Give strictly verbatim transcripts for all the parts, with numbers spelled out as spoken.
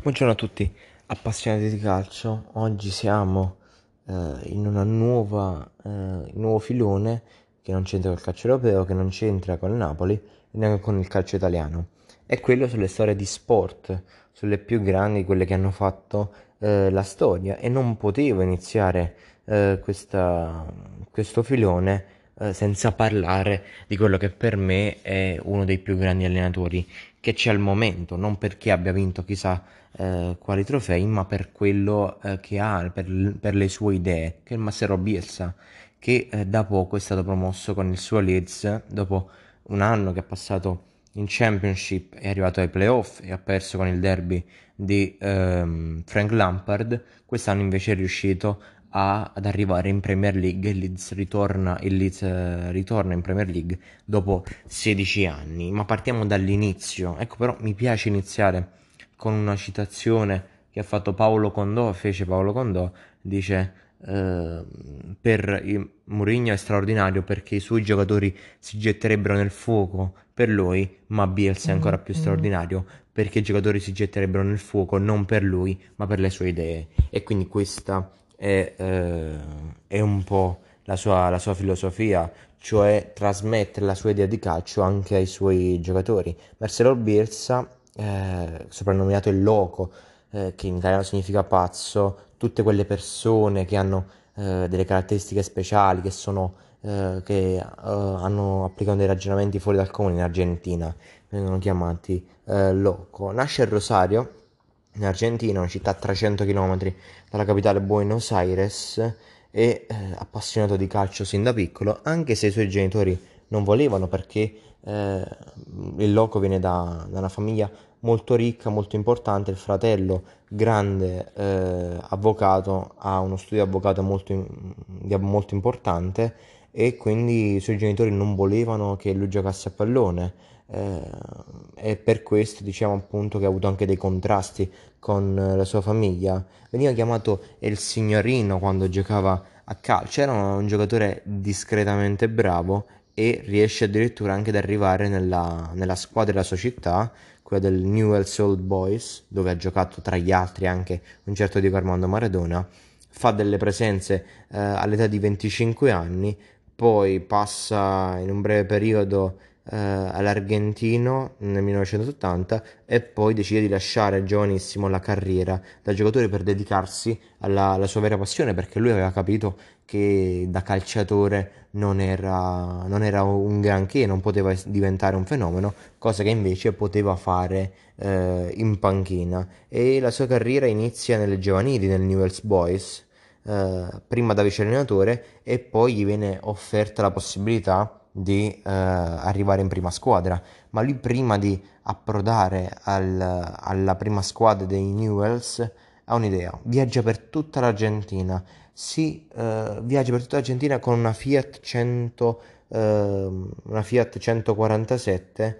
Buongiorno a tutti appassionati di calcio. Oggi siamo eh, in una nuova, eh, un nuovo filone che non c'entra col calcio europeo, che non c'entra con il Napoli e neanche con il calcio italiano. È quello sulle storie di sport, sulle più grandi, quelle che hanno fatto eh, la storia. E non potevo iniziare eh, questa- questo filone eh, senza parlare di quello che per me è uno dei più grandi allenatori che c'è al momento, non perché abbia vinto chissà eh, quali trofei, ma per quello eh, che ha, per, per le sue idee, che è il Massero Bielsa, che eh, da poco è stato promosso con il suo Leeds, dopo un anno che ha passato in Championship, è arrivato ai playoff e ha perso con il derby di ehm, Frank Lampard. Quest'anno invece è riuscito a- ad arrivare in Premier League. Il Leeds ritorna, il Leeds, eh, ritorna in Premier League dopo sedici anni, ma partiamo dall'inizio. Ecco, però mi piace iniziare con una citazione che ha fatto Paolo Condò, fece Paolo Condò, dice eh, per il- Mourinho è straordinario perché i suoi giocatori si getterebbero nel fuoco per lui, ma Bielsa è ancora più straordinario perché i giocatori si getterebbero nel fuoco non per lui, ma per le sue idee. E quindi questa è, eh, è un po' la sua, la sua filosofia, cioè trasmettere la sua idea di calcio anche ai suoi giocatori. Marcelo Bielsa, eh, soprannominato il Loco, eh, che in italiano significa pazzo, tutte quelle persone che hanno eh, delle caratteristiche speciali, che sono eh, che eh, hanno, applicano dei ragionamenti fuori dal comune in Argentina, vengono chiamati eh, Loco. Nasce a Rosario, in Argentina, una città a trecento chilometri dalla capitale Buenos Aires, e eh, appassionato di calcio sin da piccolo, anche se i suoi genitori non volevano perché eh, il Loco viene da, da una famiglia molto ricca, molto importante. Il fratello, grande eh, avvocato, ha uno studio di avvocato molto, in- molto importante, e quindi i suoi genitori non volevano che lui giocasse a pallone. Eh, e per questo diciamo appunto che ha avuto anche dei contrasti con eh, la sua famiglia. Veniva chiamato El Signorino quando giocava a calcio, era un giocatore discretamente bravo e riesce addirittura anche ad arrivare nella, nella squadra della sua città, quella del Newell's Old Boys, dove ha giocato tra gli altri anche un certo Diego Armando Maradona. Fa delle presenze eh, all'età di venticinque anni, poi passa in un breve periodo eh, all'Argentino nel millenovecentottanta e poi decide di lasciare giovanissimo la carriera da giocatore per dedicarsi alla, alla sua vera passione, perché lui aveva capito che da calciatore non era, non era un granché, non poteva diventare un fenomeno, cosa che invece poteva fare eh, in panchina. E la sua carriera inizia nelle giovanili, nel Newell's Boys, eh, prima da vice allenatore, e poi gli viene offerta la possibilità di eh, arrivare in prima squadra. Ma lui, prima di approdare al- alla prima squadra dei Newells, ha un'idea: viaggia per tutta l'Argentina. Si eh, viaggia per tutta l'Argentina con una Fiat cento, ehm, una Fiat centoquarantasette,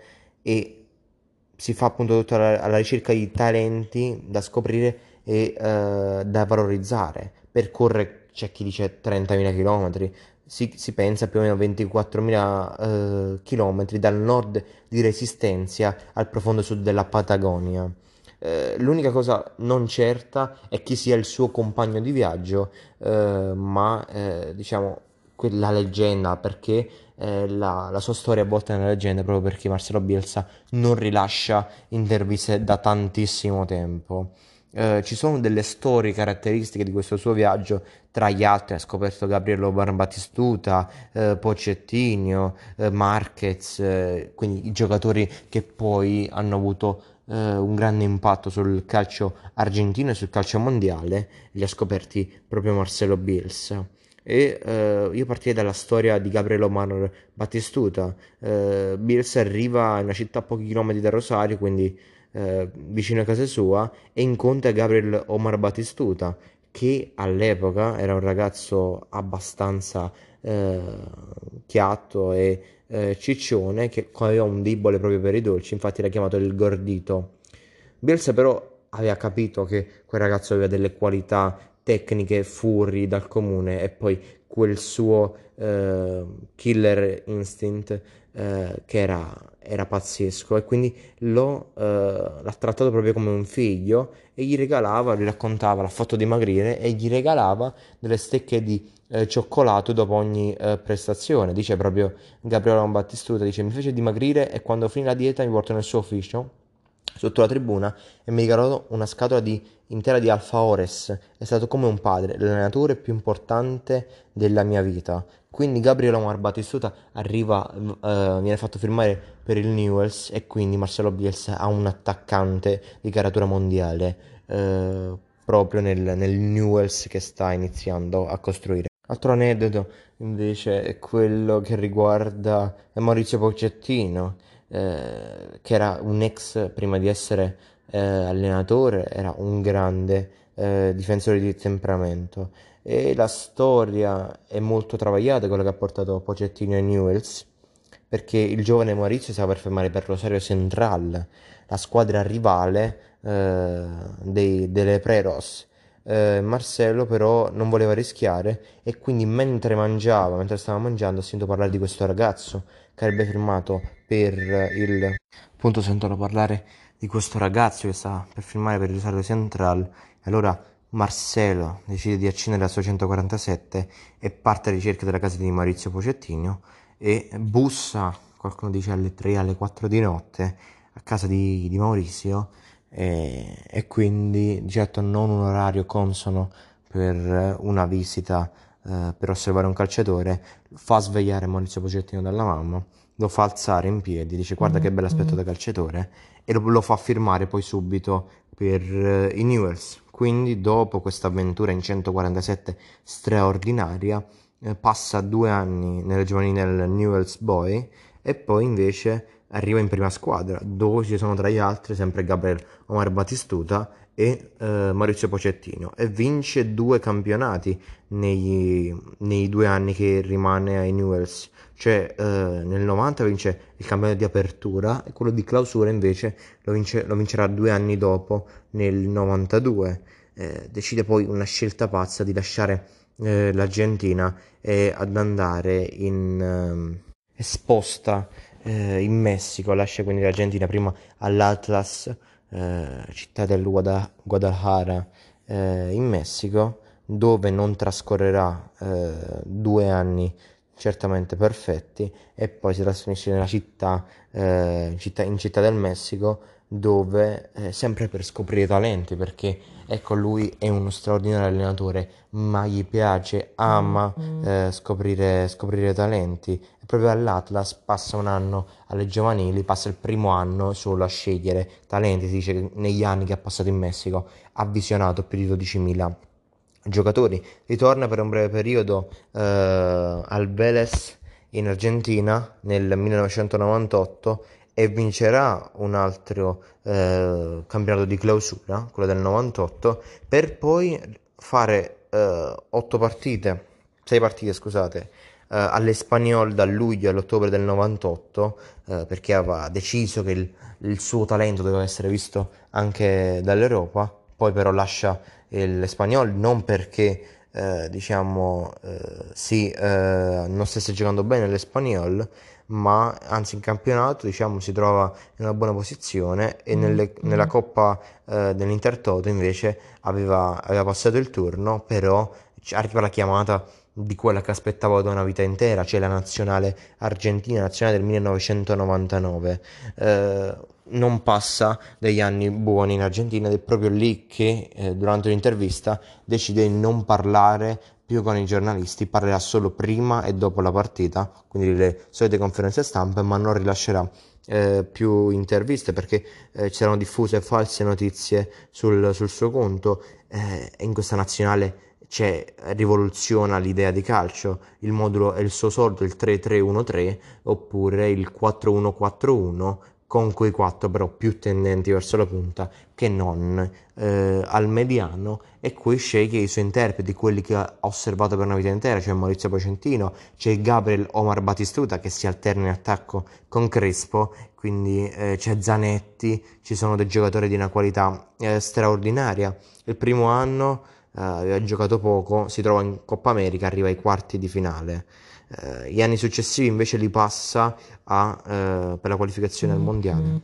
e si fa appunto tutta la- alla ricerca di talenti da scoprire e eh, da valorizzare. Percorre, c'è chi dice trentamila chilometri, si, si pensa più o meno ventiquattromila eh, chilometri dal nord di Resistencia al profondo sud della Patagonia. Eh, l'unica cosa non certa è chi sia il suo compagno di viaggio, eh, ma eh, diciamo quella leggenda, perché eh, la, la sua storia è avvolta nella leggenda proprio perché Marcelo Bielsa non rilascia interviste da tantissimo tempo. Eh, ci sono delle storie caratteristiche di questo suo viaggio, tra gli altri ha scoperto Gabriele Battistuta, eh, Pochettino, eh, Marquez, eh, quindi i giocatori che poi hanno avuto eh, un grande impatto sul calcio argentino e sul calcio mondiale. Li ha scoperti proprio Marcelo Bielsa. E eh, io partirei dalla storia di Gabriele Omar Battistuta. Eh, Bielsa arriva in una città a pochi chilometri da Rosario, quindi eh, vicino a casa sua, e incontra Gabriel Omar Battistuta, che all'epoca era un ragazzo abbastanza eh, chiatto e eh, ciccione, che aveva un debole proprio per i dolci, infatti era chiamato il gordito. Bielsa però aveva capito che quel ragazzo aveva delle qualità tecniche fuori dal comune, e poi quel suo eh, killer instinct eh, che era, era pazzesco, e quindi lo, eh, l'ha trattato proprio come un figlio e gli regalava, gli raccontava, l'ha fatto dimagrire e gli regalava delle stecche di eh, cioccolato dopo ogni eh, prestazione. Dice proprio Gabriele Battistuta, dice mi fece dimagrire e quando finì la dieta mi portò nel suo ufficio sotto la tribuna e mi regalò una scatola di, intera di Alfa Ores. È stato come un padre, l'allenatore più importante della mia vita. Quindi Gabriele Omar Battistuta arriva, eh, viene fatto firmare per il Newell's e quindi Marcelo Bielsa ha un attaccante di caratura mondiale eh, proprio nel, nel Newell's che sta iniziando a costruire. Altro aneddoto invece è quello che riguarda Maurizio Pochettino, eh, che era un ex, prima di essere eh, allenatore, era un grande eh, difensore di temperamento. E la storia è molto travagliata, quello che ha portato Pochettino ai Newell's, perché il giovane Maurizio stava per firmare per Rosario Central, la squadra rivale eh, dei, delle Preros. Eh, Marcello però non voleva rischiare e quindi mentre mangiava, mentre stava mangiando, ha sentito parlare di questo ragazzo che avrebbe firmato per il... Appunto sentono parlare di questo ragazzo che sta per firmare per il Rosario Central e allora Marcelo decide di accendere la sua centoquarantasette e parte alla ricerca della casa di Maurizio Pochettino e bussa, qualcuno dice alle tre, alle quattro di notte, a casa di, di Maurizio e, e quindi di certo non un orario consono per una visita eh, per osservare un calciatore, fa svegliare Maurizio Pochettino dalla mamma, lo fa alzare in piedi, dice guarda che bell'aspetto da calciatore e lo, lo fa firmare poi subito per eh, i Newell's. Quindi dopo questa avventura in centoquarantasette straordinaria eh, passa due anni nelle giovanili del Newell's Boy e poi invece arriva in prima squadra dove ci sono tra gli altri sempre Gabriel Omar Batistuta e eh, Maurizio Pochettino e vince due campionati nei, nei due anni che rimane ai Newell's, cioè eh, nel novanta vince il campionato di apertura e quello di clausura invece lo, vince, lo vincerà due anni dopo nel novantadue. Eh, decide poi una scelta pazza di lasciare eh, l'Argentina e ad andare in ehm, esposta eh, in Messico, lascia quindi l'Argentina prima all'Atlas, eh, città del Guada- Guadalajara eh, in Messico, dove non trascorrerà eh, due anni certamente perfetti e poi si trasferisce nella città, eh, in città, in città del Messico dove eh, sempre per scoprire talenti perché ecco lui è uno straordinario allenatore ma gli piace, ama eh, scoprire, scoprire talenti e proprio all'Atlas passa un anno alle giovanili, passa il primo anno solo a scegliere talenti, si dice che negli anni che ha passato in Messico ha visionato più di dodicimila giocatori, ritorna per un breve periodo eh, al Vélez in Argentina nel millenovecentonovantotto e vincerà un altro eh, campionato di clausura, quello del novantotto, per poi fare eh, otto partite, sei partite, scusate, eh, all'Espanyol dal luglio all'ottobre del novantotto, eh, perché aveva deciso che il, il suo talento doveva essere visto anche dall'Europa, poi però lascia l'Espanyol non perché eh, diciamo eh, sì, eh, non stesse giocando bene l'Espanyol, ma anzi in campionato diciamo si trova in una buona posizione e nelle- nella Coppa eh, dell'Intertoto invece aveva, aveva passato il turno, però ci arriva la chiamata di quella che aspettavo da una vita intera, cioè la nazionale argentina, nazionale del millenovecentonovantanove. Eh, non passa degli anni buoni in Argentina ed è proprio lì che eh, durante un'intervista decide di non parlare più con i giornalisti, parlerà solo prima e dopo la partita, quindi le solite conferenze stampa, ma non rilascerà eh, più interviste perché eh, c'erano diffuse false notizie sul, sul suo conto eh, e in questa nazionale c'è, rivoluziona l'idea di calcio, il modulo è il suo solito, il tre tre uno tre oppure il quattro uno quattro uno con quei quattro però più tendenti verso la punta che non eh, al mediano e qui sceglie i suoi interpreti, quelli che ha osservato per una vita intera, c'è Maurizio Pochettino, c'è Gabriel Omar Batistuta che si alterna in attacco con Crespo, quindi eh, c'è Zanetti, ci sono dei giocatori di una qualità eh, straordinaria. Il primo anno aveva giocato poco, si trova in Coppa America, arriva ai quarti di finale. Eh, gli anni successivi invece li passa a, eh, per la qualificazione al mondiale.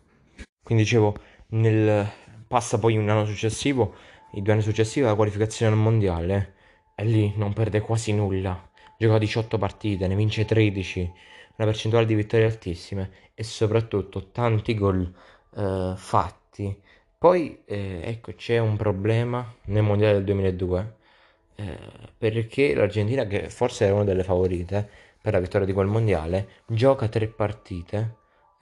Quindi dicevo, nel, passa poi un anno successivo, i due anni successivi alla qualificazione al mondiale, e lì non perde quasi nulla. Gioca diciotto partite, ne vince tredici, una percentuale di vittorie altissime e soprattutto tanti gol eh, fatti. Poi eh, ecco, c'è un problema nel mondiale del duemiladue, eh, perché l'Argentina, che forse era una delle favorite per la vittoria di quel mondiale, gioca tre partite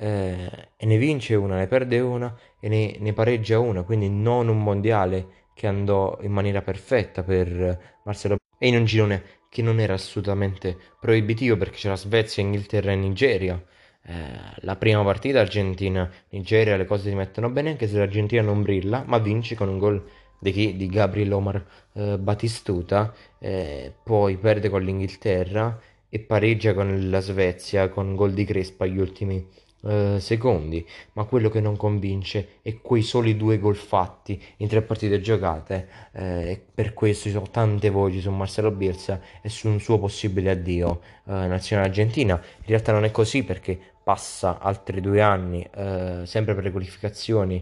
eh, e ne vince una, ne perde una e ne, ne pareggia una, quindi non un mondiale che andò in maniera perfetta per Marcelo e in un girone che non era assolutamente proibitivo perché c'era Svezia, Inghilterra e Nigeria. Eh, la prima partita Argentina-Nigeria le cose si mettono bene anche se l'Argentina non brilla, ma vince con un gol di, chi? Di Gabriel Omar eh, Batistuta, eh, poi perde con l'Inghilterra e pareggia con la Svezia con gol di Crespa agli ultimi eh, secondi, ma quello che non convince è quei soli due gol fatti in tre partite giocate, eh, e per questo ci sono tante voci su Marcelo Bielsa e su un suo possibile addio eh, nazionale argentina. In realtà non è così perché passa altri due anni eh, sempre per le qualificazioni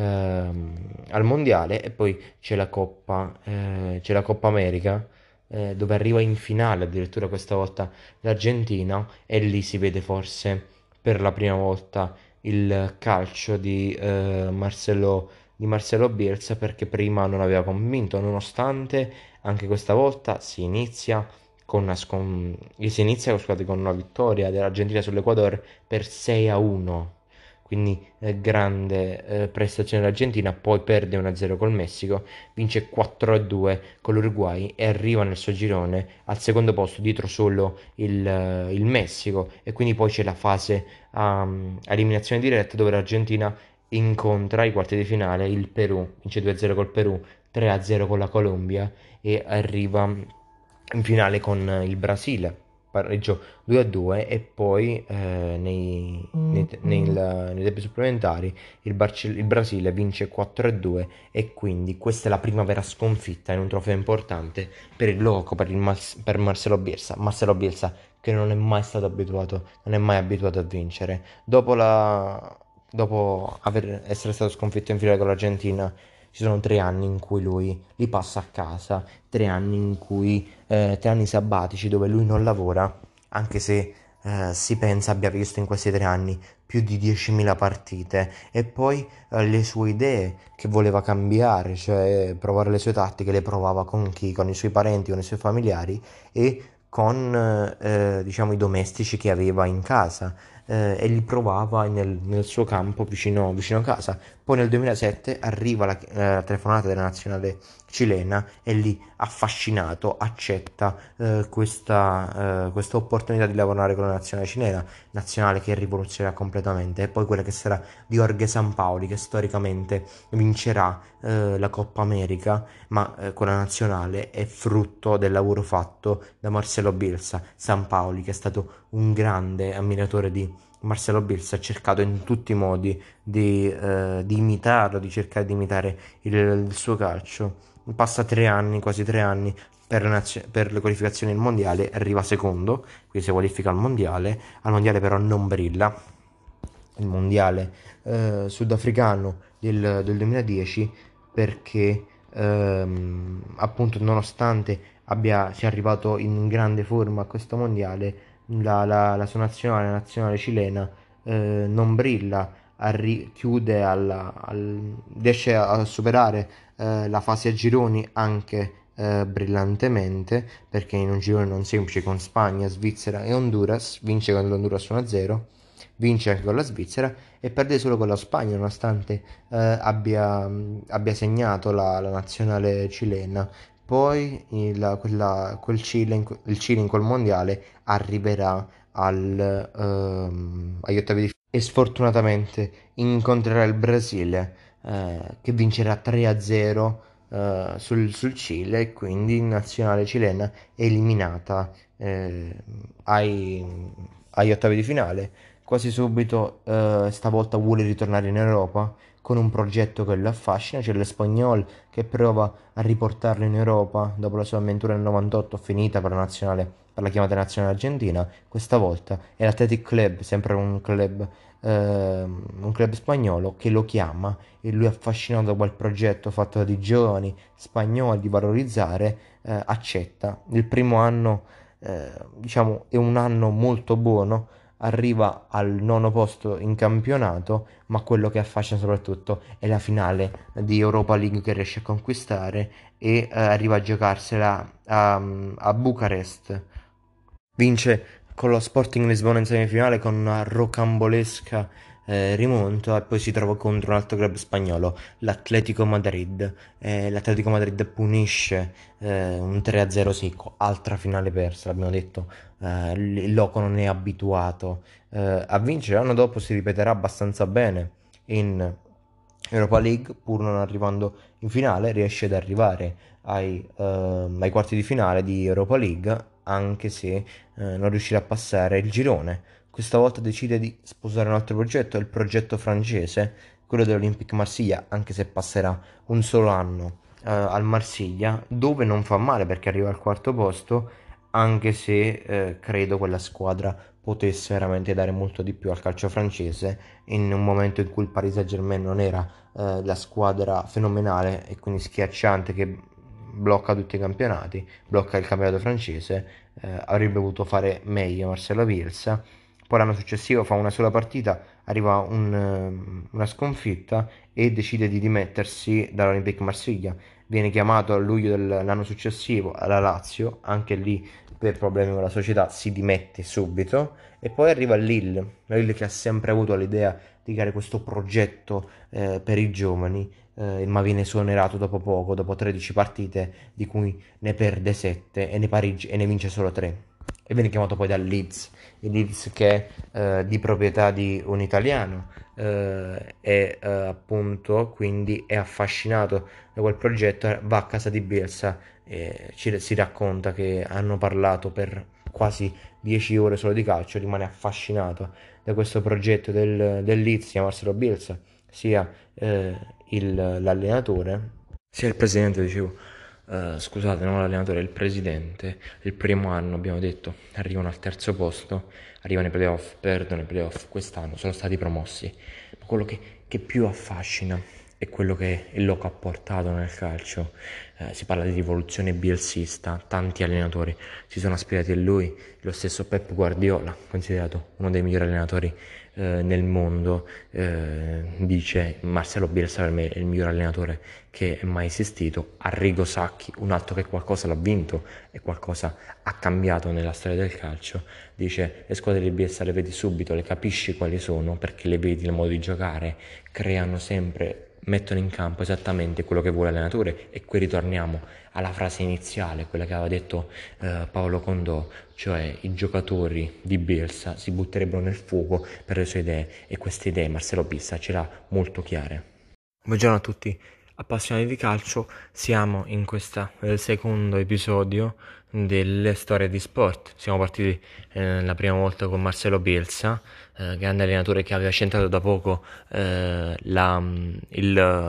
ehm, al mondiale e poi c'è la Coppa, eh, c'è la Coppa America eh, dove arriva in finale addirittura questa volta l'Argentina e lì si vede forse per la prima volta il calcio di, eh, Marcelo, di Marcelo Bielsa perché prima non aveva convinto, nonostante anche questa volta si inizia con una, scon- si inizia, scusate, con una vittoria dell'Argentina sull'Ecuador per sei a uno. Quindi eh, grande eh, prestazione dell'Argentina, poi perde uno a zero col Messico, vince quattro a due con l'Uruguay e arriva nel suo girone al secondo posto dietro solo il, eh, il Messico e quindi poi c'è la fase a, a eliminazione diretta dove l'Argentina incontra ai quarti di finale il Perù, vince due a zero col Perù, tre a zero con la Colombia e arriva in finale con il Brasile, pareggio due a due e poi eh, nei, nei, nel- nei tempi supplementari il, Barce- il Brasile vince quattro a due e quindi questa è la prima vera sconfitta in un trofeo importante per il loco, per, il Mas- per Marcelo Bielsa. Marcelo Bielsa che non è mai stato abituato, non è mai abituato a vincere. Dopo, la, dopo aver, essere stato sconfitto in finale con l'Argentina, ci sono tre anni in cui lui li passa a casa, tre anni in cui, eh, tre anni sabbatici dove lui non lavora, anche se eh, si pensa abbia visto in questi tre anni più di diecimila partite e poi eh, le sue idee che voleva cambiare, cioè provare le sue tattiche, le provava con chi? Con i suoi parenti, con i suoi familiari e con eh, diciamo i domestici che aveva in casa eh, e li provava nel, nel suo campo vicino, vicino a casa. Poi nel duemilasette arriva la, eh, la telefonata della nazionale cilena e lì affascinato accetta eh, questa, eh, questa opportunità di lavorare con la nazionale cilena, nazionale che rivoluzionerà completamente e poi quella che sarà di Jorge Sampaoli che storicamente vincerà eh, la Coppa America ma eh, con la nazionale è frutto del lavoro fatto da Marcelo Bielsa. Sampaoli che è stato un grande ammiratore di Marcelo Bielsa ha cercato in tutti i modi di, eh, di imitarlo, di cercare di imitare il, il suo calcio. Passa tre anni, quasi tre anni per le, nazio- per le qualificazioni al mondiale, arriva secondo, quindi si qualifica al mondiale, al mondiale però non brilla, il mondiale eh, sudafricano del, del duemiladieci perché ehm, appunto nonostante abbia, sia arrivato in grande forma a questo mondiale, la, la, la sua nazionale, la nazionale cilena, eh, non brilla, arri- chiude alla, al, riesce a superare eh, la fase a gironi anche eh, brillantemente perché in un girone non semplice con Spagna, Svizzera e Honduras vince con l'Honduras uno a zero, vince anche con la Svizzera e perde solo con la Spagna nonostante eh, abbia, abbia segnato la, la nazionale cilena. Poi il, quella- quel Cile, in, il Cile in quel mondiale arriverà al, ehm, agli ottavi di finale e sfortunatamente incontrerà il Brasile eh, che vincerà tre a zero eh, sul, sul Cile e quindi nazionale cilena eliminata eh, ai, agli ottavi di finale. Quasi subito eh, stavolta vuole ritornare in Europa con un progetto che lo affascina. C'è l'Espanyol che prova a riportarlo in Europa dopo la sua avventura nel novantotto finita per la nazionale, per la chiamata nazionale argentina. Questa volta è l'Athletic Club, sempre un club, ehm, un club spagnolo, che lo chiama, e lui, affascinato da quel progetto fatto di giovani spagnoli di valorizzare, eh, accetta. Il primo anno, eh, diciamo, è un anno molto buono, arriva al nono posto in campionato, ma quello che affascina soprattutto è la finale di Europa League che riesce a conquistare, e eh, arriva a giocarsela a, a Bucarest. Vince con lo Sporting Lisbona in semifinale con una rocambolesca eh, rimonta, e poi si trova contro un altro club spagnolo, l'Atlético Madrid. Eh, L'Atletico Madrid punisce eh, un tre a zero secco, altra finale persa, l'abbiamo detto. Eh, il Loco non è abituato eh, a vincere. L'anno dopo si ripeterà abbastanza bene in Europa League, pur non arrivando in finale, riesce ad arrivare ai, ehm, ai quarti di finale di Europa League, anche se eh, non riuscirà a passare il girone. Questa volta decide di sposare un altro progetto, il progetto francese, quello dell'Olympique Marsiglia, anche se passerà un solo anno eh, al Marsiglia, dove non fa male perché arriva al quarto posto, anche se eh, credo quella squadra potesse veramente dare molto di più al calcio francese, in un momento in cui il Paris Saint-Germain non era eh, la squadra fenomenale e quindi schiacciante che blocca tutti i campionati, blocca il campionato francese. Eh, avrebbe voluto fare meglio Marcelo Bielsa. Poi l'anno successivo fa una sola partita, arriva un, ehm, una sconfitta e decide di dimettersi dall'Olympique Marsiglia. Viene chiamato a luglio dell'anno successivo alla Lazio, anche lì per problemi con la società si dimette subito, e poi arriva il Lille, la Lille che ha sempre avuto l'idea di creare questo progetto eh, per i giovani, eh, ma viene esonerato dopo poco, dopo tredici partite, di cui ne perde sette e ne, parigi- e ne vince solo tre. E viene chiamato poi dal Leeds, il Leeds che è eh, di proprietà di un italiano, eh, e eh, appunto quindi è affascinato da quel progetto, va a casa di Bielsa e ci, si racconta che hanno parlato per quasi dieci ore solo di calcio, rimane affascinato da questo progetto del, del Leeds, sia Marcelo Bielsa, sia eh, il, l'allenatore, sia il presidente, dicevo, eh, scusate, non l'allenatore, il presidente. Il primo anno, abbiamo detto, arrivano al terzo posto, arrivano ai playoff, perdono i playoff, quest'anno sono stati promossi. Ma quello che, che più affascina è quello che il Loco ha portato nel calcio. Eh, si parla di rivoluzione bielsista, tanti allenatori si sono ispirati a lui, lo stesso Pep Guardiola, considerato uno dei migliori allenatori eh, nel mondo, eh, dice: Marcelo Bielsa per me è il miglior allenatore che è mai esistito. Arrigo Sacchi, un altro che qualcosa l'ha vinto e qualcosa ha cambiato nella storia del calcio, dice: le squadre di Bielsa le vedi subito, le capisci quali sono, perché le vedi, il modo di giocare, creano sempre, mettono in campo esattamente quello che vuole l'allenatore. E qui ritorniamo alla frase iniziale, quella che aveva detto eh, Paolo Condò, cioè i giocatori di Bielsa si butterebbero nel fuoco per le sue idee, e queste idee Marcelo Bielsa ce l'ha molto chiare. Buongiorno a tutti appassionati di calcio, siamo in questo eh, secondo episodio delle storie di sport. Siamo partiti eh, la prima volta con Marcelo Bielsa, eh, grande allenatore che aveva centrato da poco eh, la, il,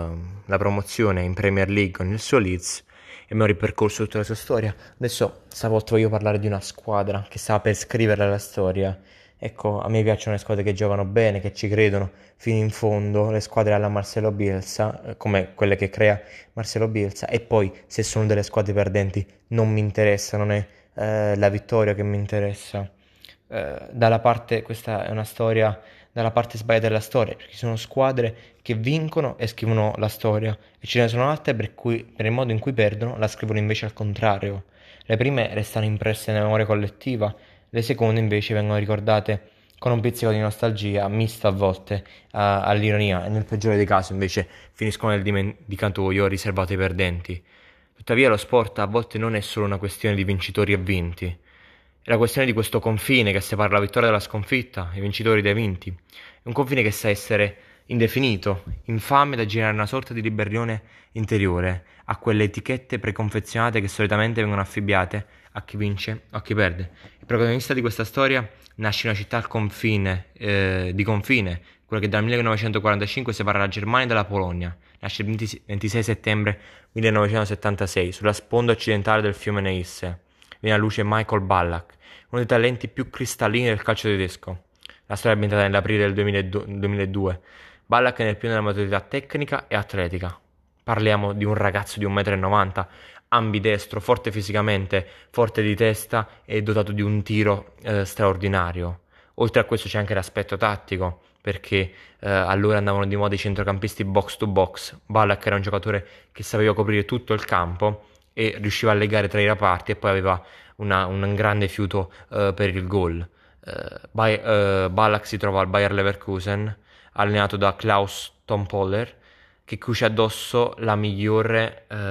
la promozione in Premier League con il suo Leeds, e abbiamo ripercorso tutta la sua storia. Adesso stavolta voglio parlare di una squadra che stava per scrivere la storia. Ecco, a me piacciono le squadre che giocano bene, che ci credono fino in fondo, le squadre alla Marcelo Bielsa, eh, come quelle che crea Marcelo Bielsa. E poi, se sono delle squadre perdenti, non mi interessa, non è eh, la vittoria che mi interessa. Eh, dalla parte, questa è una storia dalla parte sbagliata della storia, perché sono squadre che vincono e scrivono la storia, e ce ne sono altre per cui, per il modo in cui perdono, la scrivono invece al contrario. Le prime restano impresse nella memoria collettiva, le seconde invece vengono ricordate con un pizzico di nostalgia, mista a volte a- all'ironia, e nel peggiore dei casi invece finiscono nel dimenticatoio riservato ai perdenti. Tuttavia lo sport a volte non è solo una questione di vincitori e vinti, è la questione di questo confine che separa la vittoria dalla sconfitta, i vincitori dai vinti. È un confine che sa essere indefinito, infame da girare una sorta di ribellione interiore a quelle etichette preconfezionate che solitamente vengono affibbiate a chi vince o a chi perde. Il protagonista di questa storia nasce in una città al confine, eh, di confine, quello che dal millenovecentoquarantacinque separa la Germania dalla Polonia. Nasce il ventisei settembre millenovecentosettantasei sulla sponda occidentale del fiume Neisse. Viene a luce Michael Ballack, uno dei talenti più cristallini del calcio tedesco. La storia è ambientata nell'aprile del duemiladue. Ballack è nel pieno della maturità tecnica e atletica. Parliamo di un ragazzo di uno e novanta metri, ambidestro, forte fisicamente, forte di testa e dotato di un tiro eh, straordinario. Oltre a questo c'è anche l'aspetto tattico, perché eh, allora andavano di moda i centrocampisti box to box. Ballack era un giocatore che sapeva coprire tutto il campo e riusciva a legare tra i reparti e poi aveva una, un grande fiuto uh, per il gol. Uh, Bay- uh, Ballack si trova al Bayer Leverkusen, allenato da Klaus Tompoller, che cuce addosso la migliore, uh,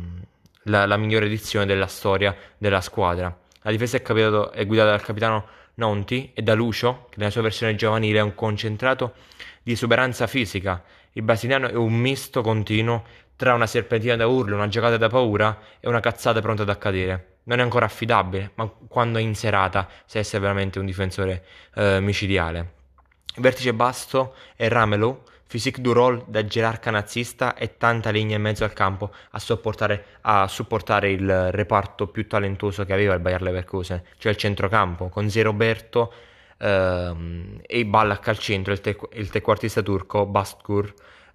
la, la migliore edizione della storia della squadra. La difesa è, capitato, è guidata dal capitano Nonti e da Lucio, che nella sua versione giovanile è un concentrato di esuberanza fisica. Il brasiliano è un misto continuo tra una serpentina da urlo, una giocata da paura e una cazzata pronta ad accadere. Non è ancora affidabile, ma quando è in serata sa essere veramente un difensore eh, micidiale. Il vertice basso è Ramelow, physique du rôle da gerarca nazista e tanta linea in mezzo al campo a supportare, a supportare il reparto più talentuoso che aveva il Bayer Leverkusen, cioè il centrocampo, con Zé Roberto ehm, e Ballack al centro, il, te- il trequartista turco Bastur,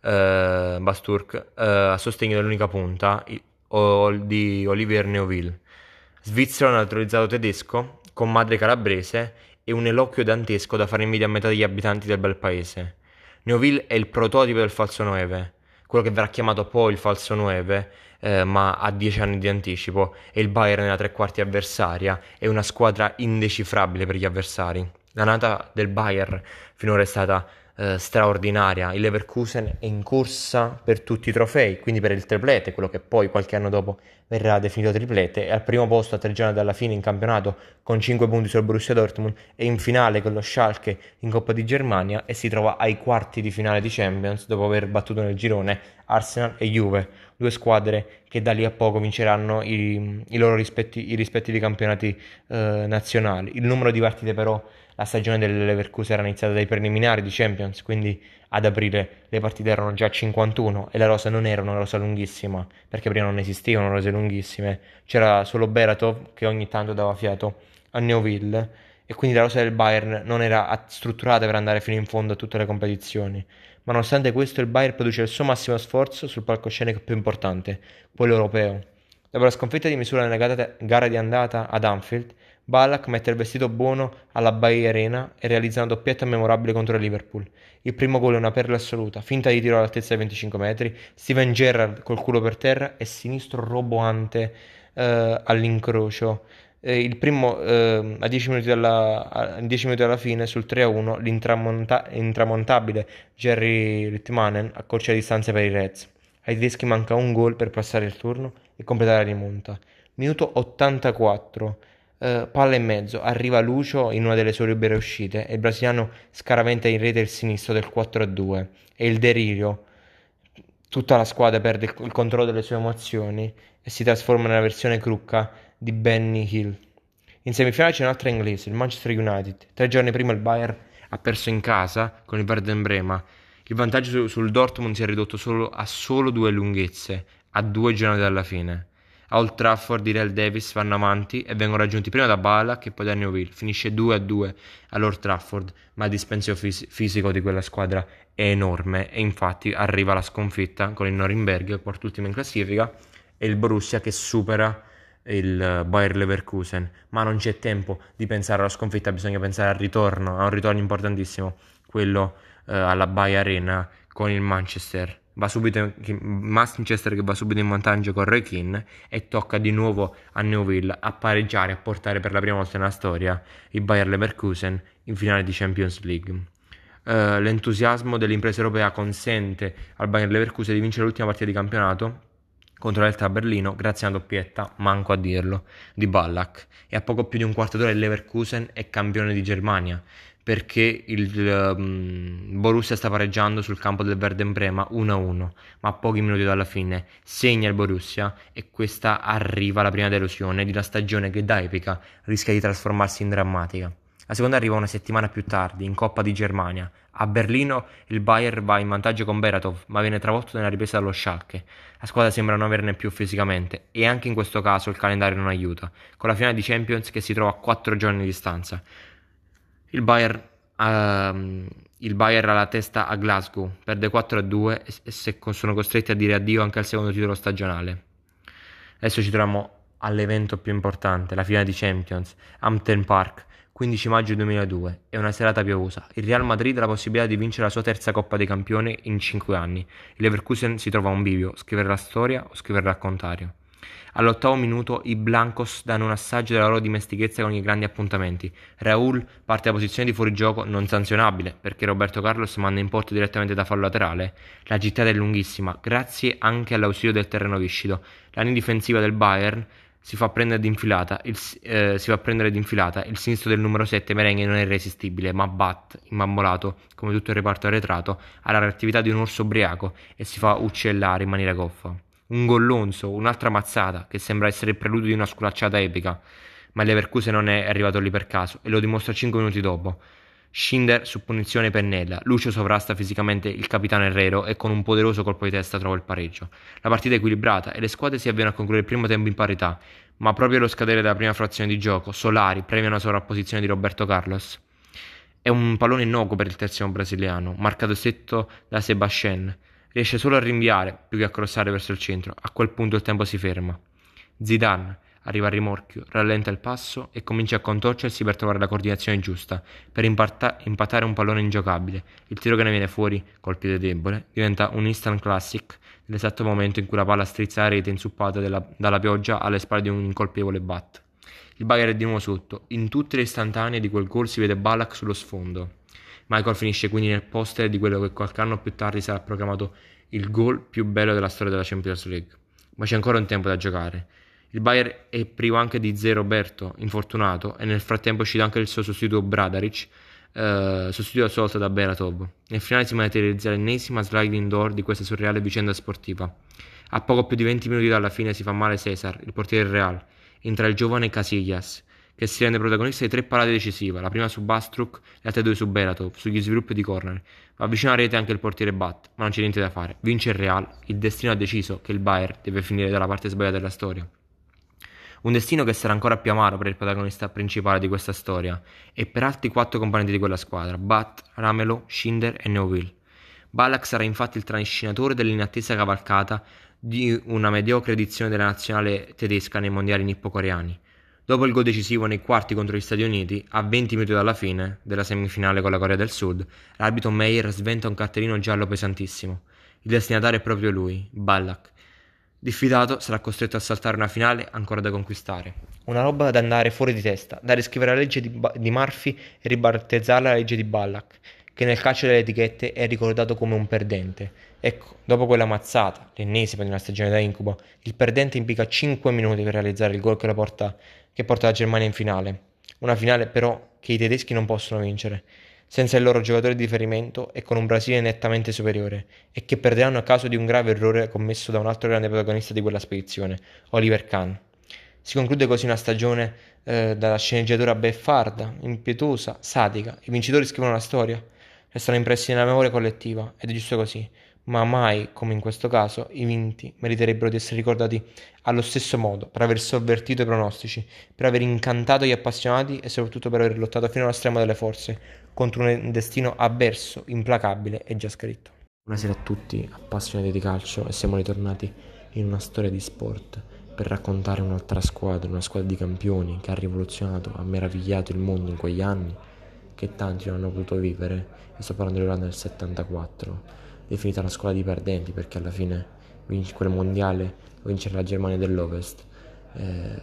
eh, Basturk eh, a sostegno dell'unica punta i- o- di Olivier Neuville. Svizzero naturalizzato tedesco, con madre calabrese e un eloquio dantesco da fare invidia a metà degli abitanti del bel paese. Neuville è il prototipo del falso nove, quello che verrà chiamato poi il falso nove, eh, ma ha dieci anni di anticipo, e il Bayern nella tre quarti avversaria è una squadra indecifrabile per gli avversari. La nata del Bayern finora è stata eh, straordinaria. Il Leverkusen è in corsa per tutti i trofei, quindi per il triplete, quello che poi qualche anno dopo verrà definito triplete, è al primo posto a tre giorni dalla fine in campionato con cinque punti sul Borussia Dortmund e in finale con lo Schalke in Coppa di Germania, e si trova ai quarti di finale di Champions dopo aver battuto nel girone Arsenal e Juve, due squadre che da lì a poco vinceranno i, i loro rispetti, i rispettivi campionati eh, nazionali. Il numero di partite però, la stagione del Leverkusen era iniziata dai preliminari di Champions, quindi ad aprile le partite erano già cinquantuno e la rosa non era una rosa lunghissima, perché prima non esistevano rose lunghissime, c'era solo Beratov che ogni tanto dava fiato a Neuville, e quindi la rosa del Bayern non era strutturata per andare fino in fondo a tutte le competizioni. Ma nonostante questo il Bayern produce il suo massimo sforzo sul palcoscenico più importante, quello europeo. Dopo la sconfitta di misura nella gara di andata ad Anfield, Ballack mette il vestito buono alla Bay Arena e realizza una doppietta memorabile contro il Liverpool. Il primo gol è una perla assoluta, finta di tiro all'altezza dei venticinque metri, Steven Gerrard col culo per terra e sinistro roboante eh, all'incrocio. Eh, il primo eh, a dieci minuti dalla, a dieci minuti alla fine sul tre a uno l'intramonta- intramontabile Jerry Littmanen accorcia le distanze per i Reds. Ai tedeschi manca un gol per passare il turno e completare la rimonta. Minuto ottantaquattro. Uh, palla in mezzo, arriva Lucio in una delle sue libere uscite e il brasiliano scaraventa in rete il sinistro del quattro a due. E il delirio, tutta la squadra perde il, il controllo delle sue emozioni e si trasforma nella versione crucca di Benny Hill. In semifinale c'è un'altra inglese, il Manchester United. Tre giorni prima il Bayern ha perso in casa con il Werder Brema. Il vantaggio su, sul Dortmund si è ridotto solo a solo due lunghezze, a due giornate dalla fine. A Old Trafford i Real Davis vanno avanti e vengono raggiunti prima da Ballack e poi da Neuville. Finisce due a due all'Old Trafford, ma il dispendio fis- fisico di quella squadra è enorme e infatti arriva la sconfitta con il Norimberga, quart'ultimo in classifica, e il Borussia che supera il Bayer Leverkusen. Ma non c'è tempo di pensare alla sconfitta, bisogna pensare al ritorno, a un ritorno importantissimo, quello eh, alla Bay Arena con il Manchester. Va subito Manchester che va subito in vantaggio con Roy Keane e tocca di nuovo a Neuville a pareggiare, a portare per la prima volta nella storia il Bayer Leverkusen in finale di Champions League. Uh, l'entusiasmo dell'impresa europea consente al Bayer Leverkusen di vincere l'ultima partita di campionato contro l'Hertha Berlino grazie a una doppietta, manco a dirlo, di Ballack, e a poco più di un quarto d'ora il Leverkusen è campione di Germania, perché il um, Borussia sta pareggiando sul campo del Werder Brema uno a uno, ma a pochi minuti dalla fine segna il Borussia e questa arriva la prima delusione di una stagione che da epica rischia di trasformarsi in drammatica. La seconda arriva una settimana più tardi, in Coppa di Germania. A Berlino il Bayern va in vantaggio con Beratov, ma viene travolto nella ripresa dallo Schalke. La squadra sembra non averne più fisicamente, e anche in questo caso il calendario non aiuta, con la finale di Champions che si trova a quattro giorni di distanza. Il Bayern, ehm, il Bayern ha la testa a Glasgow, perde quattro a due e se sono costretti a dire addio anche al secondo titolo stagionale. Adesso ci troviamo all'evento più importante, la finale di Champions, Hampden Park, quindici maggio duemiladue. È una serata piovosa. Il Real Madrid ha la possibilità di vincere la sua terza Coppa dei Campioni in cinque anni. Il Leverkusen si trova a un bivio, scrivere la storia o scriverla al contrario. All'ottavo minuto i Blancos danno un assaggio della loro dimestichezza con i grandi appuntamenti. Raúl parte da posizione di fuorigioco non sanzionabile, perché Roberto Carlos manda in porto direttamente da fallo laterale. La gittata è lunghissima, grazie anche all'ausilio del terreno viscido. La linea difensiva del Bayern si fa prendere d'infilata, il, eh, si fa prendere d'infilata, il sinistro del numero sette Merengue non è irresistibile, ma Bat, immambolato, come tutto il reparto arretrato, ha la reattività di un orso ubriaco e si fa uccellare in maniera goffa. Un gollonzo, un'altra mazzata, che sembra essere il preludio di una sculacciata epica, ma il Leverkusen non è arrivato lì per caso, e lo dimostra cinque minuti dopo. Schinder su punizione pennella, Lucio sovrasta fisicamente il capitano Herrero e con un poderoso colpo di testa trova il pareggio. La partita è equilibrata e le squadre si avviano a concludere il primo tempo in parità, ma proprio allo scadere della prima frazione di gioco, Solari premia una sovrapposizione di Roberto Carlos. È un pallone innocuo per il terzino brasiliano, marcato stretto da Sebastien. Riesce solo a rinviare, più che a crossare verso il centro. A quel punto il tempo si ferma. Zidane arriva al rimorchio, rallenta il passo e comincia a contorcersi per trovare la coordinazione giusta, per impatta- impattare un pallone ingiocabile. Il tiro che ne viene fuori, col piede debole, diventa un instant classic nell'esatto momento in cui la palla strizza la rete inzuppata della- dalla pioggia alle spalle di un incolpevole Bat. Il Bayern è di nuovo sotto. In tutte le istantanee di quel gol si vede Ballack sullo sfondo. Michael finisce quindi nel poster di quello che qualche anno più tardi sarà proclamato il gol più bello della storia della Champions League. Ma c'è ancora un tempo da giocare. Il Bayern è privo anche di Zé Roberto, infortunato, e nel frattempo è uscito anche il suo sostituto Bradaric, eh, sostituito a sua volta da Beratov. Nel finale si materializza l'ennesima sliding door di questa surreale vicenda sportiva. A poco più di venti minuti dalla fine si fa male Cesar, il portiere del Real. Entra il giovane Casillas, che si rende protagonista di tre parate decisive, la prima su Bastruk, le altre due su Beratov, sugli sviluppi di corner. Va vicino a rete anche il portiere Bat, ma non c'è niente da fare. Vince il Real, il destino ha deciso che il Bayern deve finire dalla parte sbagliata della storia. Un destino che sarà ancora più amaro per il protagonista principale di questa storia e per altri quattro componenti di quella squadra, Bat, Ramelow, Schinder e Neuville. Ballack sarà infatti il trascinatore dell'inattesa cavalcata di una mediocre edizione della nazionale tedesca nei mondiali nippo-coreani. Dopo il gol decisivo nei quarti contro gli Stati Uniti, a venti minuti dalla fine della semifinale con la Corea del Sud, l'arbitro Meyer sventa un cartellino giallo pesantissimo. Il destinatario è proprio lui, Ballack. Diffidato, sarà costretto a saltare una finale ancora da conquistare. Una roba da andare fuori di testa, da riscrivere la legge di, ba- di Murphy e ribattezzarla la legge di Ballack, che nel calcio delle etichette è ricordato come un perdente. Ecco, dopo quella mazzata, l'ennesima di una stagione da incubo, il perdente impiega cinque minuti per realizzare il gol che, lo porta, che porta la Germania in finale. Una finale però che i tedeschi non possono vincere, senza il loro giocatore di riferimento e con un Brasile nettamente superiore, e che perderanno a causa di un grave errore commesso da un altro grande protagonista di quella spedizione, Oliver Kahn. Si conclude così una stagione eh, dalla sceneggiatura beffarda, impetuosa, sadica. I vincitori scrivono la storia, restano impressi nella memoria collettiva, ed è giusto così. Ma mai, come in questo caso, i vinti meriterebbero di essere ricordati allo stesso modo, per aver sovvertito i pronostici, per aver incantato gli appassionati e soprattutto per aver lottato fino allo stremo delle forze contro un destino avverso, implacabile e già scritto. Buonasera a tutti appassionati di calcio, e siamo ritornati in una storia di sport per raccontare un'altra squadra, una squadra di campioni che ha rivoluzionato, ha meravigliato il mondo in quegli anni che tanti non hanno potuto vivere. E sto parlando dell'Olanda del settantaquattro, definita una squadra di perdenti perché alla fine vince quel mondiale, lo vince la Germania dell'Ovest, eh,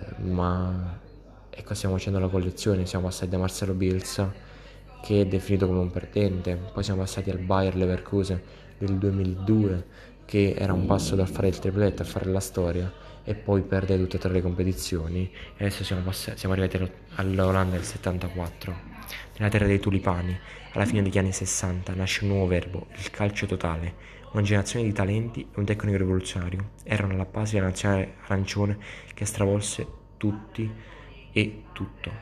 ma ecco, stiamo facendo la collezione. Siamo passati da Marcelo Bielsa, che è definito come un perdente, poi siamo passati al Bayer Leverkusen del duemiladue, che era un passo dal fare il tripletto, a fare la storia, e poi perde tutte e tre le competizioni, e adesso siamo, pass- siamo arrivati all'Olanda del settantaquattro. Nella terra dei tulipani, alla fine degli anni sessanta, nasce un nuovo verbo, il calcio totale. Una generazione di talenti e un tecnico rivoluzionario erano alla base della nazionale arancione che stravolse tutti e tutto.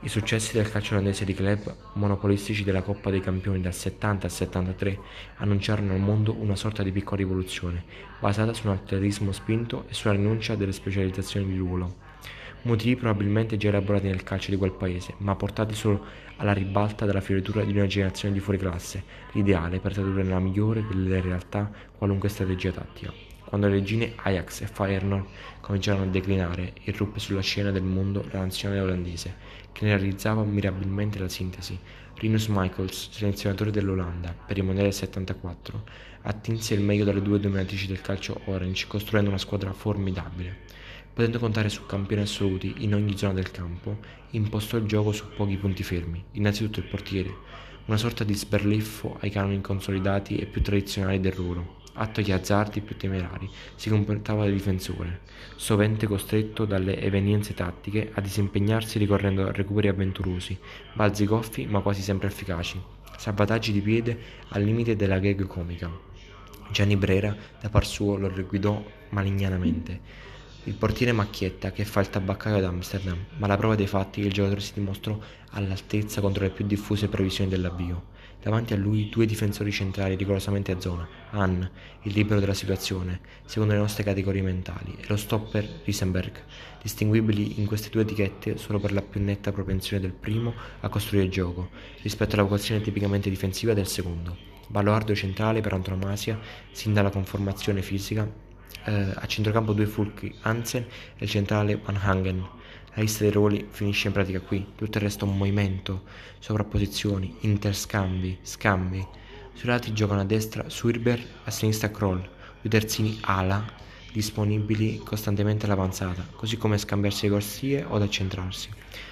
I successi del calcio olandese di club, monopolistici della Coppa dei Campioni dal settanta al settantatré, annunciarono al mondo una sorta di piccola rivoluzione, basata su un atletismo spinto e sulla rinuncia delle specializzazioni di ruolo. Motivi probabilmente già elaborati nel calcio di quel paese, ma portati solo alla ribalta dalla fioritura di una generazione di fuoriclasse, l'ideale per tradurre nella migliore delle realtà qualunque strategia tattica. Quando le regine Ajax e Feyenoord cominciarono a declinare, irruppe sulla scena del mondo la nazionale olandese, che ne realizzava mirabilmente la sintesi. Rinus Michels, selezionatore dell'Olanda per il mondiale del settantaquattro, attinse il meglio dalle due dominatrici del calcio orange, costruendo una squadra formidabile. Potendo contare su campioni assoluti in ogni zona del campo, impostò il gioco su pochi punti fermi, innanzitutto il portiere, una sorta di sberleffo ai canoni consolidati e più tradizionali del ruolo. Atto agli azzardi più temerari, si comportava da difensore, sovente costretto dalle evenienze tattiche a disimpegnarsi ricorrendo a recuperi avventurosi, balzi goffi ma quasi sempre efficaci, salvataggi di piede al limite della gag comica. Gianni Brera, da par suo, lo reguidò malignamente. Il portiere Macchietta che fa il tabaccaio ad Amsterdam, ma alla prova dei fatti il giocatore si dimostrò all'altezza contro le più diffuse previsioni dell'avvio. Davanti a lui due difensori centrali rigorosamente a zona, Hahn, il libero della situazione, secondo le nostre categorie mentali, e lo stopper Riesenberg, distinguibili in queste due etichette solo per la più netta propensione del primo a costruire il gioco, rispetto alla vocazione tipicamente difensiva del secondo. Baluardo centrale per antonomasia, sin dalla conformazione fisica. Eh, a centrocampo due fulcri, Hansen e il centrale Van Hangen. La lista dei ruoli finisce in pratica qui, tutto il resto è un movimento, sovrapposizioni, interscambi, scambi. Sui lati giocano a destra Suirber, a sinistra Kroll, due terzini ala disponibili costantemente all'avanzata, così come scambiarsi le corsie o ad accentrarsi.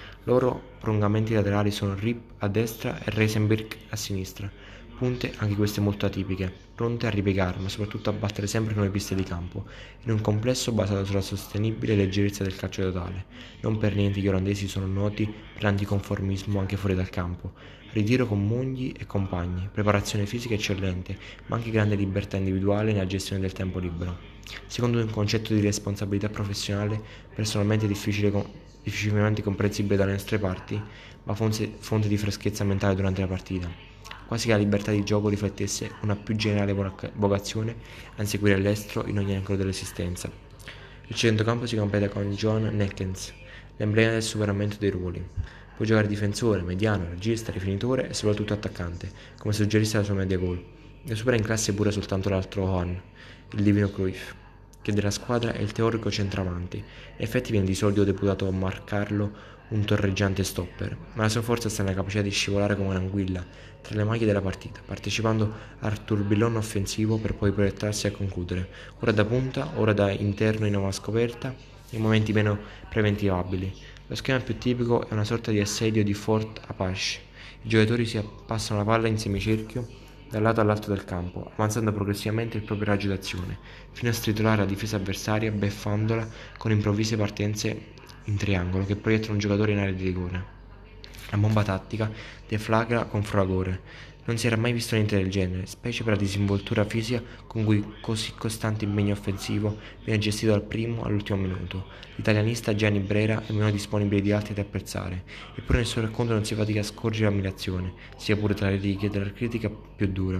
Loro prolungamenti laterali sono Rip a destra e Reisenberg a sinistra. Punte anche queste molto atipiche, pronte a ripiegare ma soprattutto a battere sempre nuove piste di campo, in un complesso basato sulla sostenibile leggerezza del calcio totale. Non per niente gli olandesi sono noti per l'anticonformismo anche fuori dal campo. Ritiro con mogli e compagni, preparazione fisica eccellente, ma anche grande libertà individuale nella gestione del tempo libero. Secondo un concetto di responsabilità professionale personalmente difficile, difficilmente comprensibile dalle nostre parti, ma fonte, fonte di freschezza mentale durante la partita. Quasi che la libertà di gioco riflettesse una più generale vocazione a inseguire l'estero in ogni angolo dell'esistenza. Il centrocampo si completa con John Neckens, l'emblema del superamento dei ruoli. Può giocare difensore, mediano, regista, rifinitore e soprattutto attaccante, come suggerisse la sua media gol. Ne supera in classe pure soltanto l'altro Hahn, il divino Cruyff, che della squadra è il teorico centravanti. In effetti viene di solito deputato a marcarlo un torreggiante stopper, ma la sua forza sta nella capacità di scivolare come un'anguilla tra le maglie della partita, partecipando al tourbillon offensivo per poi proiettarsi a concludere, ora da punta, ora da interno in ava scoperta, in momenti meno preventivabili. Lo schema più tipico è una sorta di assedio di Fort Apache. I giocatori si passano la palla in semicerchio dal lato all'altro del campo, avanzando progressivamente il proprio raggio d'azione, fino a stritolare la difesa avversaria beffandola con improvvise partenze in triangolo che proiettano un giocatore in area di rigore. La bomba tattica deflagra con fragore. Non si era mai visto niente del genere, specie per la disinvoltura fisica con cui così costante impegno offensivo viene gestito dal primo all'ultimo minuto. L'italianista Gianni Brera è meno disponibile di altri ad apprezzare, eppure nel suo racconto non si fatica a scorgere ammirazione, sia pure tra le righe della critica più dura.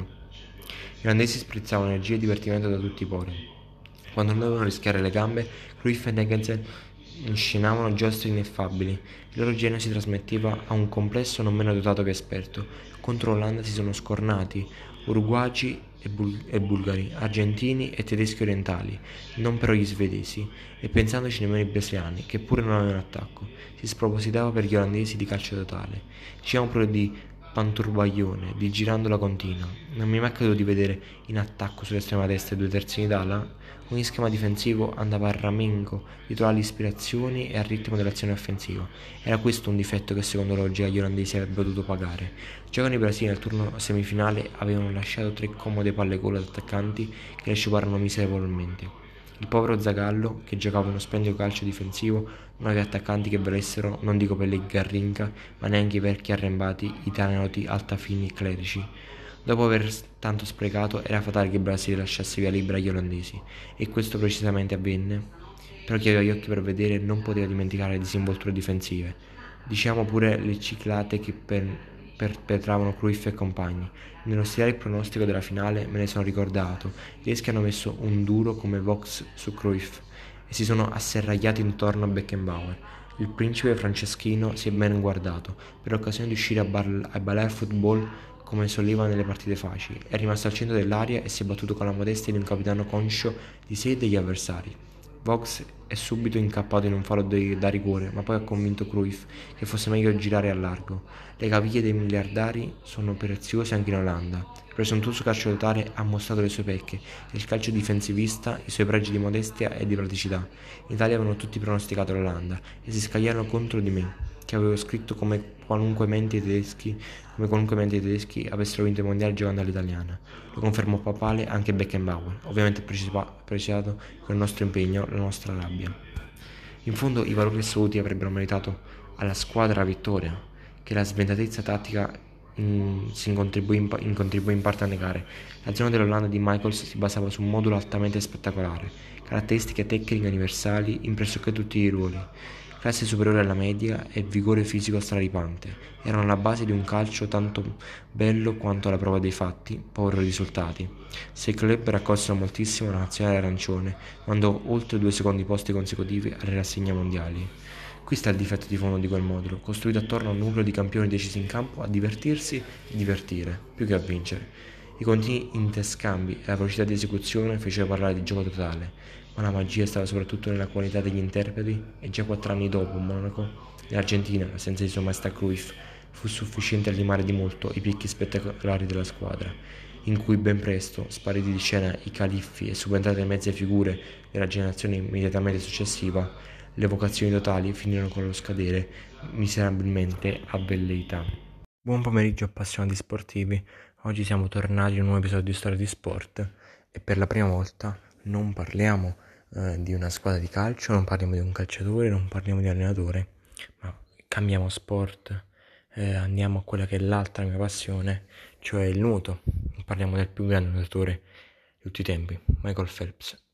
Gli olandesi sprizzavano energia e divertimento da tutti i pori. Quando non dovevano rischiare le gambe, Cruyff e Negensen inscenavano giostre ineffabili. Il loro genio si trasmetteva a un complesso non meno dotato che esperto. Contro l'Olanda si sono scornati uruguagi e, bul- e bulgari, argentini e tedeschi orientali, non però gli svedesi, e pensandoci nemmeno i brasiliani, che pure non avevano attacco. Si spropositava per gli olandesi di calcio totale. Diciamo pure di panturbaglione, di girandola continua. Non mi è mai accaduto di vedere in attacco sull'estrema destra due terzini d'ala. Ogni schema difensivo andava a ramengo dietro alle ispirazioni e al ritmo dell'azione offensiva. Era questo un difetto che secondo la logica gli olandesi avrebbero dovuto pagare. Già con i brasiliani al turno semifinale avevano lasciato tre comode palle gol ad attaccanti che le sciuparono miserevolmente. Il povero Zagallo, che giocava uno splendido calcio difensivo, non aveva attaccanti che valessero, non dico per le Garrinca, ma neanche i vecchi arrembati italianoti altafini e clerici. Dopo aver tanto sprecato, era fatale che il Brasile lasciasse via libera agli olandesi, e questo precisamente avvenne. Però chi aveva gli occhi per vedere non poteva dimenticare le disinvolture difensive. Diciamo pure le ciclate che per, perpetravano Cruyff e compagni. Nello stilare il pronostico della finale me ne sono ricordato. I tedeschi hanno messo un duro come Vox su Cruyff e si sono asserragliati intorno a Beckenbauer. Il principe Franceschino si è ben guardato per l'occasione di uscire a, bar- a ballare football come soleva nelle partite facili. È rimasto al centro dell'aria e si è battuto con la modestia di un capitano conscio di sé e degli avversari. Vox è subito incappato in un fallo da rigore, ma poi ha convinto Cruyff che fosse meglio girare a largo. Le caviglie dei miliardari sono preziose anche in Olanda. Il presuntuoso calcio totale ha mostrato le sue pecche e il calcio difensivista i suoi pregi di modestia e di praticità. In Italia avevano tutti pronosticato l'Olanda e si scagliarono contro di me, che avevo scritto come qualunque mente i tedeschi, come qualunque mente i tedeschi avessero vinto i mondiali giocando all'italiana. Lo confermò papale anche Beckenbauer, ovviamente precisato con il nostro impegno, la nostra rabbia. In fondo i valori assoluti avrebbero meritato alla squadra la vittoria, che la sventatezza tattica in, si contribuì in, in, contribuì in parte a negare. L'azione dell'Olanda di Michaels si basava su un modulo altamente spettacolare, caratteristiche tecniche universali in pressoché tutti i ruoli, classe superiore alla media e vigore fisico straripante. Erano la base di un calcio tanto bello quanto alla prova dei fatti, povero di risultati. Se il club raccolsero moltissimo, la nazionale arancione mandò oltre due secondi posti consecutivi alle rassegne mondiali. Qui sta il difetto di fondo di quel modulo, costruito attorno a un nucleo di campioni decisi in campo a divertirsi e divertire, più che a vincere. I continui interscambi e la velocità di esecuzione fecero parlare di gioco totale, ma la magia stava soprattutto nella qualità degli interpreti e già quattro anni dopo Monaco, l'Argentina, senza di sua maestà Cruyff, fu sufficiente a limare di molto i picchi spettacolari della squadra, in cui ben presto, spariti di scena i califfi e subentrate mezze figure della generazione immediatamente successiva, le vocazioni totali finirono con lo scadere miserabilmente a velleità. Buon pomeriggio appassionati sportivi, oggi siamo tornati in un nuovo episodio di Storia di Sport e per la prima volta non parliamo eh, di una squadra di calcio, non parliamo di un calciatore, non parliamo di allenatore, ma cambiamo sport, eh, andiamo a quella che è l'altra mia passione, cioè il nuoto. Parliamo del più grande nuotatore di tutti i tempi, Michael Phelps.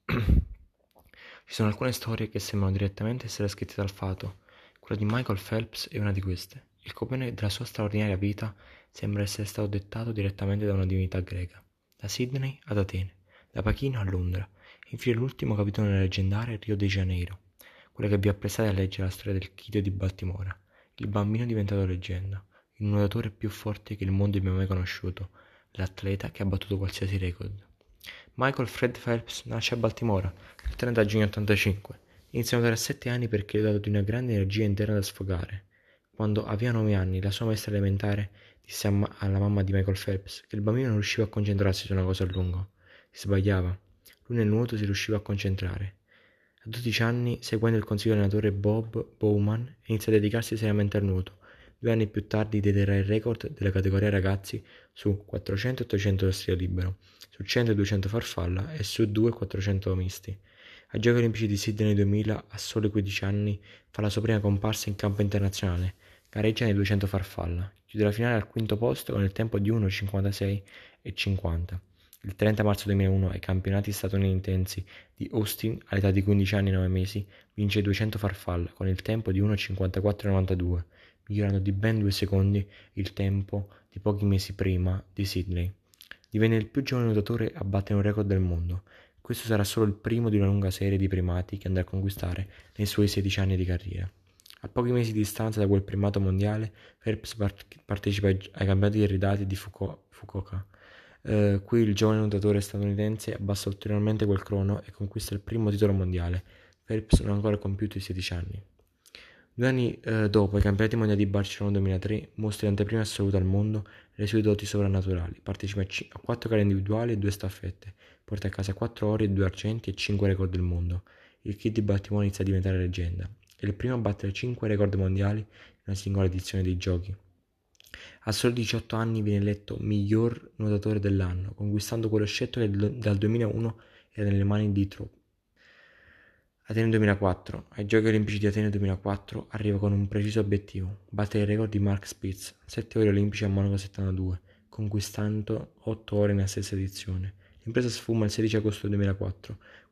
Ci sono alcune storie che sembrano direttamente essere scritte dal fato. Quella di Michael Phelps è una di queste. Il copione della sua straordinaria vita sembra essere stato dettato direttamente da una divinità greca, da Sydney ad Atene, da Pechino a Londra, e infine l'ultimo capitolo leggendario Rio de Janeiro, quella che vi apprestate a leggere la storia del Kid di Baltimora, il bambino diventato leggenda, il nuotatore più forte che il mondo abbia mai conosciuto, l'atleta che ha battuto qualsiasi record. Michael Fred Phelps nasce a Baltimora il trenta giugno ottantacinque. Inizia a nuotare a sette anni perché è dotato di una grande energia interna da sfogare. Quando aveva nove anni, la sua maestra elementare disse alla mamma di Michael Phelps che il bambino non riusciva a concentrarsi su una cosa a lungo. Si sbagliava. Lui nel nuoto si riusciva a concentrare. A dodici anni, seguendo il consiglio dell'allenatore Bob Bowman, inizia a dedicarsi seriamente al nuoto. Due anni più tardi deterrà il record della categoria ragazzi su quattrocento e ottocento da stile libero, su cento e duecento farfalla e su due e quattrocento misti. Ai Giochi Olimpici di Sydney duemila, a soli quindici anni, fa la sua prima comparsa in campo internazionale, gareggia nei duecento farfalla, chiude la finale al quinto posto con il tempo di uno e cinquantasei e cinquanta. Il trenta marzo duemilauno ai campionati statunitensi di Austin, all'età di quindici anni e nove mesi, vince i duecento farfalla con il tempo di uno e cinquantaquattro e novantadue, migliorando di ben due secondi il tempo di pochi mesi prima di Sydney. Divenne il più giovane nuotatore a battere un record del mondo. Questo sarà solo il primo di una lunga serie di primati che andrà a conquistare nei suoi sedici anni di carriera. A pochi mesi di distanza da quel primato mondiale, Phelps partecipa ai campionati iridati di Fukuoka. Uh, qui il giovane nuotatore statunitense abbassa ulteriormente quel crono e conquista il primo titolo mondiale. Phelps non ha ancora compiuto i sedici anni. Due anni uh, dopo, ai campionati mondiali di Barcellona duemilatré, mostra l'anteprima assoluta al mondo le sue doti sovrannaturali. Partecipa a quattro gare individuali e due staffette. Porta a casa quattro ori e due argenti e cinque record del mondo. Il Kid di Baltimora inizia a diventare leggenda. È il primo a battere cinque record mondiali in una singola edizione dei giochi. A soli diciotto anni viene eletto miglior nuotatore dell'anno, conquistando quello scettro che dal duemilauno era nelle mani di Trop. Atene duemilaquattro. Ai Giochi Olimpici di Atene duemilaquattro arriva con un preciso obiettivo, battere il record di Mark Spitz, sette ore olimpici a Monaco settantadue, conquistando otto ore nella stessa edizione. L'impresa sfuma il sedici agosto duemilaquattro,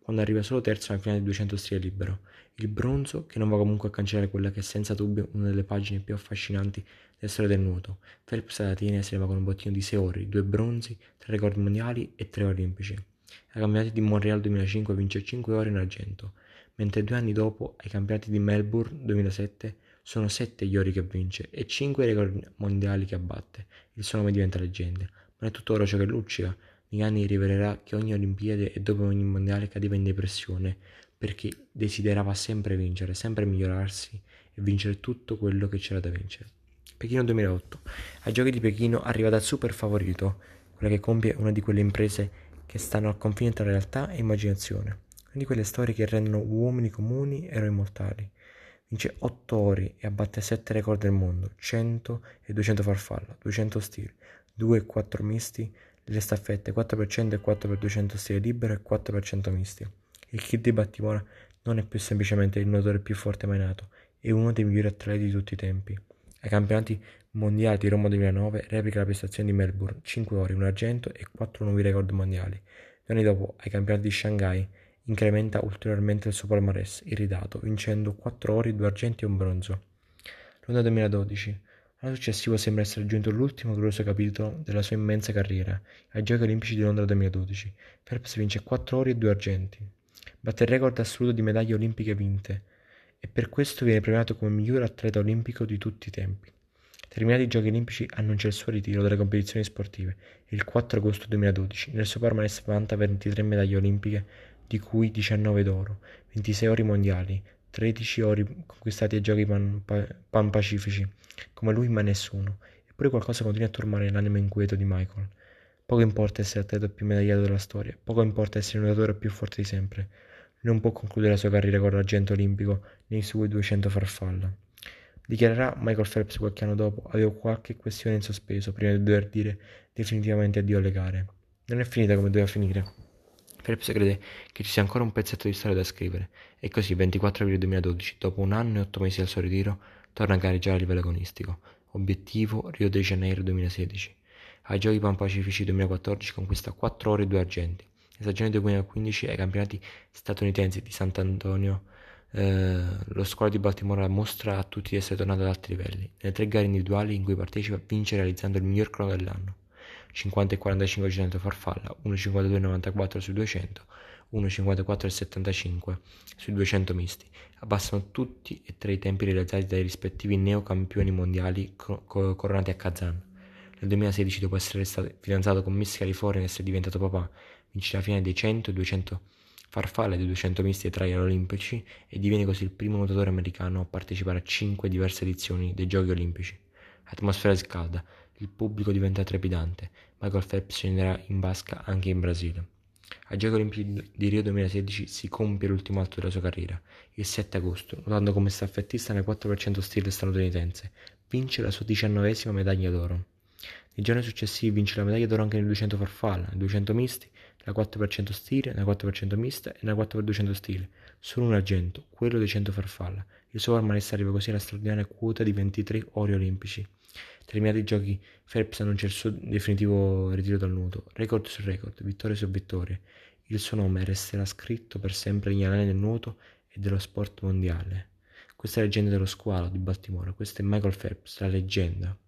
quando arriva solo terzo alla finale di duecento stile libero. Il bronzo, che non va comunque a cancellare quella che è senza dubbio una delle pagine più affascinanti della storia del nuoto. Phelps ad Atene si leva con un bottino di sei ori, due bronzi, tre record mondiali e tre olimpici. Ai campionati di Montreal duemilacinque vince cinque ori in argento, mentre due anni dopo, ai campionati di Melbourne duemilasette, sono sette gli ori che vince e cinque i record mondiali che abbatte. Il suo nome diventa leggenda, ma non è tutto oro ciò che luccica. Negli anni rivelerà che ogni Olimpiade e dopo ogni mondiale cadeva in depressione perché desiderava sempre vincere, sempre migliorarsi e vincere tutto quello che c'era da vincere. Pechino duemilaotto. Ai giochi di Pechino arriva da super favorito, quella che compie una di quelle imprese che stanno al confine tra realtà e immaginazione, una di quelle storie che rendono uomini comuni eroi mortali. Vince otto ori e abbatte sette record del mondo, cento e duecento farfalla, duecento stili, due e quattro misti, le staffette quattro per cento e quattro per duecento stile libero e quattro per cento misti. Il Kid di Battimora non è più semplicemente il nuotore più forte mai nato, è uno dei migliori atleti di tutti i tempi. Ai campionati mondiali di Roma duemilanove replica la prestazione di Melbourne, cinque ori, un argento e quattro nuovi record mondiali. Due anni dopo, ai campionati di Shanghai, incrementa ulteriormente il suo palmarès, irridato, vincendo quattro ori, due argenti e un bronzo. Londra duemiladodici. L'anno successivo sembra essere giunto l'ultimo glorioso capitolo della sua immensa carriera, ai Giochi Olimpici di Londra duemiladodici. Phelps vince quattro ori e due argenti. Batte il record assoluto di medaglie olimpiche vinte e per questo viene premiato come miglior atleta olimpico di tutti i tempi. Terminati i Giochi Olimpici annuncia il suo ritiro dalle competizioni sportive e il quattro agosto duemiladodici nel suo palmarès vanta ventitré medaglie olimpiche, di cui diciannove d'oro, ventisei ori mondiali, tredici ori conquistati ai Giochi pan, pan pacifici. Come lui mai nessuno. Eppure qualcosa continua a turbare l'anima inquieto di Michael. Poco importa essere l'atleta più medagliato della storia, poco importa essere il nuotatore più forte di sempre. Non può concludere la sua carriera con l'argento olimpico nei suoi duecento farfalla. Dichiarerà Michael Phelps qualche anno dopo: avevo qualche questione in sospeso prima di dover dire definitivamente addio alle gare. Non è finita come doveva finire. Phelps crede che ci sia ancora un pezzetto di storia da scrivere e così il ventiquattro aprile duemiladodici, dopo un anno e otto mesi dal suo ritiro, torna a gareggiare a livello agonistico. Obiettivo Rio de Janeiro duemilasedici. Ai Giochi Pan Pacifici duemilaquattordici conquista quattro ori e due argenti. Nella stagione duemilaquindici ai campionati statunitensi di Sant'Antonio eh, lo squadra di Baltimora mostra a tutti di essere tornato ad alti livelli. Nelle tre gare individuali in cui partecipa vince realizzando il miglior crono dell'anno. cinquanta e quarantacinque cento farfalla, uno virgola cinquantadue novantaquattro sui duecento, uno virgola cinquantaquattro settantacinque sui duecento misti. Abbassano tutti e tre i tempi realizzati dai rispettivi neocampioni mondiali co- co- coronati a Kazan. Nel duemilasedici, dopo essere stato fidanzato con Miss California e essere diventato papà, vince la finale dei cento e duecento farfalle dei duecento misti e trial olimpici e diviene così il primo nuotatore americano a partecipare a cinque diverse edizioni dei Giochi Olimpici. Atmosfera scalda, il pubblico diventa trepidante. Michael Phelps scenderà in vasca anche in Brasile. Ai Giochi Olimpici di Rio duemilasedici si compie l'ultimo atto della sua carriera, il sette agosto, nuotando come staffettista nel quattro per cento stile statunitense. Vince la sua diciannovesima medaglia d'oro. Nei giorni successivi vince la medaglia d'oro anche nel duecento farfalla, nel duecento misti, nella quattro per cento stile, nella quattro per cento mista e nella quattro per duecento stile. Solo un argento, quello dei cento farfalla. Il suo palmarès arriva così alla straordinaria quota di ventitré ori olimpici. Terminati i giochi, Phelps annuncia il suo definitivo ritiro dal nuoto. Record su record, vittorie su vittorie. Il suo nome resterà scritto per sempre negli annali del nuoto e dello sport mondiale. Questa è la leggenda dello squalo di Baltimora. Questo è Michael Phelps, la leggenda.